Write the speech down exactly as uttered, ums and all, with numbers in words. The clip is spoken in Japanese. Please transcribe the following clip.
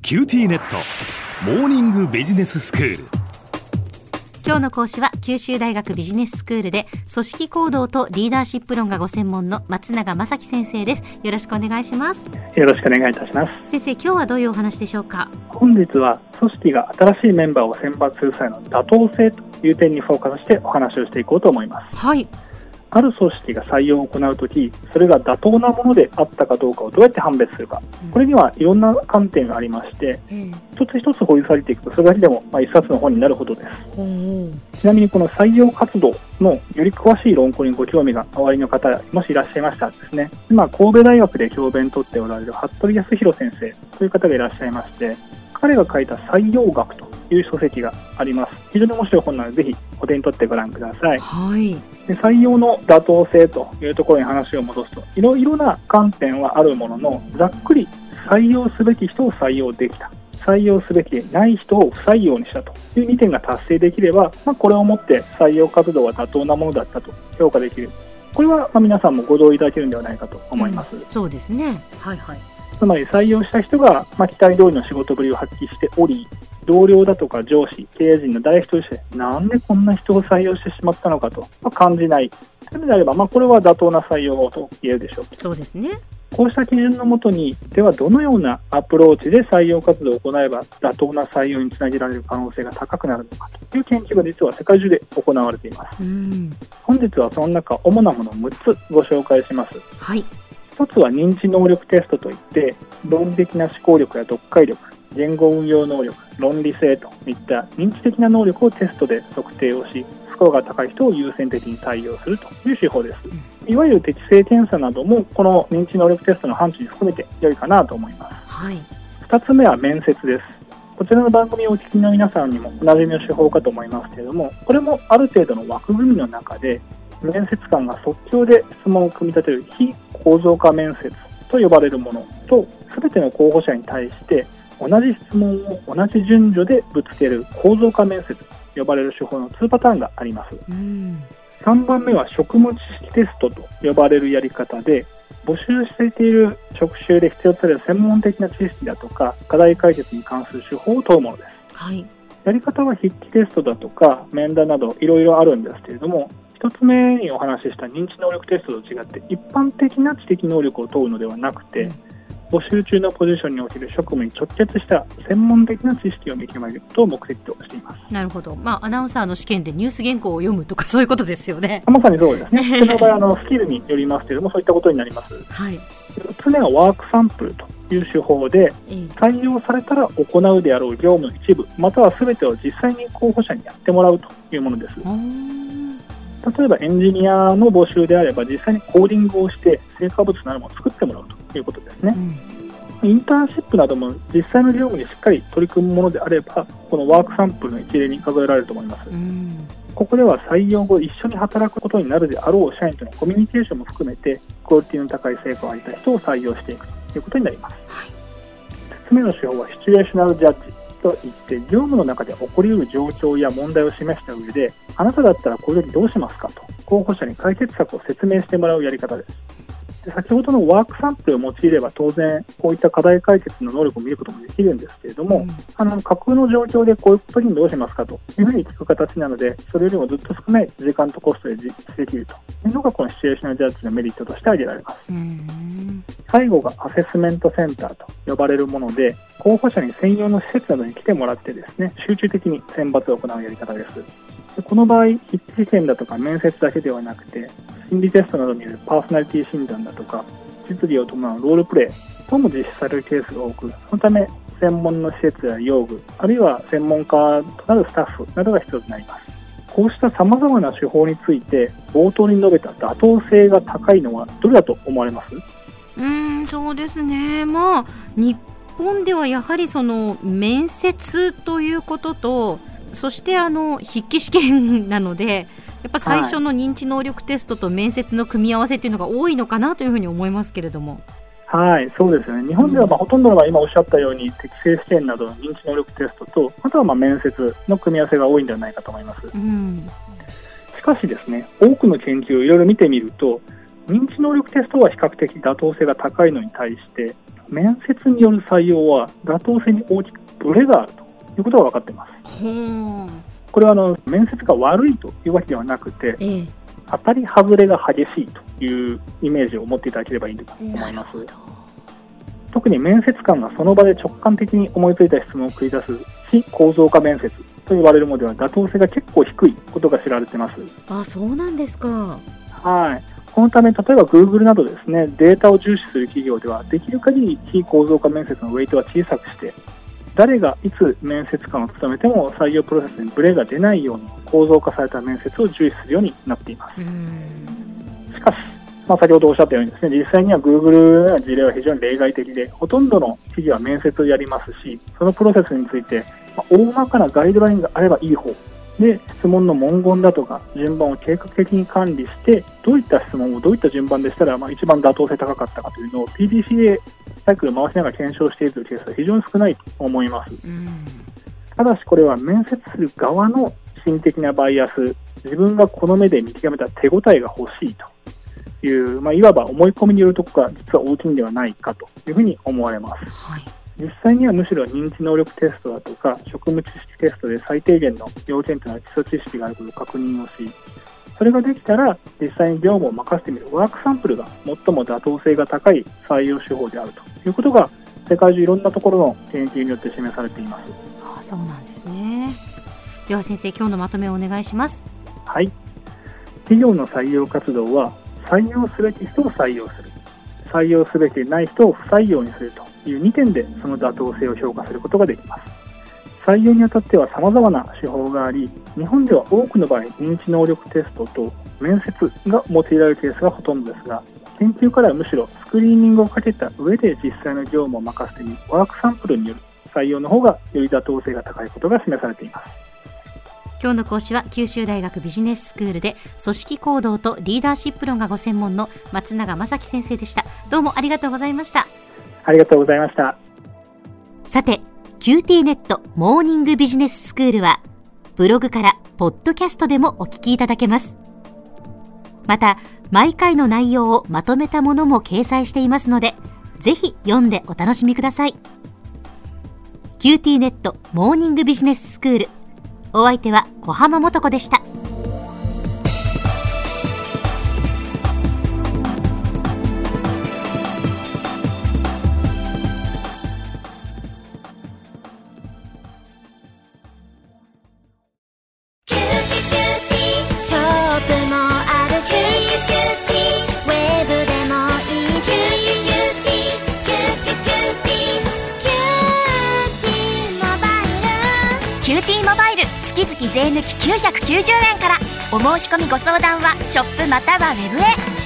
キューティーネットモーニングビジネススクール。 今日の講師は九州大学ビジネススクールで組織行動とリーダーシップ論がご専門の松永正樹先生です。よろしくお願いします。 よろしくお願いいたします。 先生、今日はどういうお話でしょうか？ 本日は組織が新しいメンバーを選抜する際の妥当性という点にフォーカスしてお話をしていこうと思います。 はい。ある組織が採用を行うとき、それが妥当なものであったかどうかをどうやって判別するか、うん、これにはいろんな観点がありまして、うん、一つ一つ掘り下げていくとそれだけでもまあ一冊の本になるほどです、うん、ちなみにこの採用活動のより詳しい論考にご興味がおありの方もしいらっしゃいましたらですね、今神戸大学で教鞭をとっておられる服部康弘先生という方がいらっしゃいまして、彼が書いた採用学という書籍があります。非常に面白い本なのでぜひお手に取ってご覧ください。 はい。 で、採用の妥当性というところに話を戻すと、いろいろな観点はあるものの、ざっくり採用すべき人を採用できた、採用すべきない人を不採用にしたというにてんが達成できれば、まあ、これをもって採用活動は妥当なものだったと評価できる。これはまあ皆さんもご同意いただけるんではないかと思います、 うん、そうですね。はいはい。 つまり採用した人がまあ期待通りの仕事ぶりを発揮しており、同僚だとか上司、経営陣の誰一人としてなんでこんな人を採用してしまったのかと感じない。それであれば、まあ、これは妥当な採用と言えるでしょう。 そうですね。 こうした基準のもとに、ではどのようなアプローチで採用活動を行えば妥当な採用につなげられる可能性が高くなるのかという研究が実は世界中で行われています。うん。本日はその中主なものをむっつご紹介します。 はい。 一つは認知能力テストといって、論理的な思考力や読解力、言語運用能力、論理性といった認知的な能力をテストで測定をし、スコアが高い人を優先的に採用するという手法です。いわゆる適性検査などもこの認知能力テストの範疇に含めて良いかなと思います。 はい。 二つ目は面接です。こちらの番組をお聞きの皆さんにもおなじみの手法かと思いますけれども、これもある程度の枠組みの中で面接官が即興で質問を組み立てる非構造化面接と呼ばれるものと、すべての候補者に対して同じ質問を同じ順序でぶつける構造化面接と呼ばれる手法のにパターンがあります。うん。さんばんめは職務知識テストと呼ばれるやり方で、募集している職種で必要とされる専門的な知識だとか課題解決に関する手法を問うものです。 はい。 やり方は筆記テストだとか面談などいろいろあるんですけれども、一つ目にお話しした認知能力テストと違って一般的な知的能力を問うのではなくて、うん、募集中のポジションにおける職務に直結した専門的な知識を見極めることを目的としています。 なるほど。まあ、アナウンサーの試験でニュース原稿を読むとかそういうことですよね。 まさにそうですね。その場合あのスキルによりますけれども、そういったことになります。 はい。 みっつめはワークサンプルという手法で、採用されたら行うであろう業務の一部または全てを実際に候補者にやってもらうというものです。例えばエンジニアの募集であれば実際にコーディングをして成果物なども作ってもらうということですね。うん、インターンシップなども実際の業務にしっかり取り組むものであればこのワークサンプルの一例に数えられると思います。うん、ここでは採用後一緒に働くことになるであろう社員とのコミュニケーションも含めてクオリティの高い成果を上げた人を採用していくということになります。はい、ふたつめの手法はシチュエーショナルジャッジといって業務の中で起こり得る状況や問題を示した上であなただったらこういう時どうしますかと候補者に解決策を説明してもらうやり方です。で、先ほどのワークサンプルを用いれば当然こういった課題解決の能力を見ることもできるんですけれども、うん、あの架空の状況でこういう時にどうしますかというふうに聞く形なのでそれよりもずっと少ない時間とコストで実施できるというのがこのシチュエーショナルジャッジのメリットとして挙げられます。うん、最後がアセスメントセンターと呼ばれるもので候補者に専用の施設などに来てもらってですね集中的に選抜を行うやり方です。でこの場合筆記試験だとか面接だけではなくて心理テストなどによるパーソナリティ診断だとか実技を伴うロールプレイ等も実施されるケースが多く、そのため専門の施設や用具あるいは専門家となるスタッフなどが必要となります。こうした様々な手法について冒頭に述べた妥当性が高いのはどれだと思われます？ うーんそうですね。まあ日本ではやはりその面接ということとそしてあの筆記試験なのでやっぱ最初の認知能力テストと面接の組み合わせというのが多いのかなというふうに思いますけれども。 はい、そうですね。日本ではまあほとんどの場合今おっしゃったように適性試験などの認知能力テストとあとはまあ面接の組み合わせが多いんではないかと思います。うん、しかしですね、多くの研究をいろいろ見てみると認知能力テストは比較的妥当性が高いのに対して面接による採用は妥当性に大きくブレがあるということが分かっています。これはあの面接が悪いというわけではなくて、ええ、当たり外れが激しいというイメージを持っていただければいいと思います。特に面接官がその場で直感的に思いついた質問を繰り出す非構造化面接と言われるものでは妥当性が結構低いことが知られています。 あ、そうなんですか。 はい。このため例えば Google などですね、データを重視する企業ではできる限り非構造化面接のウェイトは小さくして、誰がいつ面接官を務めても採用プロセスにブレが出ないように構造化された面接を重視するようになっています。しかし、まあ、先ほどおっしゃったようにですね、実際には Google の事例は非常に例外的で、ほとんどの企業は面接をやりますし、そのプロセスについて、まあ、大まかなガイドラインがあればいい方で、質問の文言だとか順番を計画的に管理して、どういった質問をどういった順番でしたら、まあ、一番妥当性高かったかというのを ピーディーシーエー サイクルを回しながら検証しているというケースは非常に少ないと思います。ただしこれは面接する側の心的なバイアス、自分がこの目で見極めた手応えが欲しいという、まあ、いわば思い込みによるところが実は大きいんではないかというふうに思われます。はい、実際にはむしろ認知能力テストだとか職務知識テストで最低限の要件となる基礎知識があることを確認をし、それができたら実際に業務を任せてみるワークサンプルが最も妥当性が高い採用手法であるということが世界中いろんなところの研究によって示されています。 ああ、そうなんですね。では先生、今日のまとめをお願いします。 はい。企業の採用活動は採用すべき人を採用する、採用すべきでない人を不採用にするというにてんでその妥当性を評価することができます。採用にあたっては様々な手法があり、日本では多くの場合認知能力テストと面接が用いられるケースがほとんどですが、研究からはむしろスクリーニングをかけた上で実際の業務を任せてみるワークサンプルによる採用の方がより妥当性が高いことが示されています。 今日の講師は九州大学ビジネススクールで組織行動とリーダーシップ論がご専門の松永正樹先生でした。どうもありがとうございました。 ありがとうございました。 さて、キューティー ネットモーニングビジネススクールはブログからポッドキャストでもお聞きいただけます。また毎回の内容をまとめたものも掲載していますので、ぜひ読んでお楽しみください。キューティー ネットモーニングビジネススクール、お相手は小浜もとこでした。 月々税抜ききゅうひゃくきゅうじゅうえんから。お申し込みご相談はショップまたはウェブへ。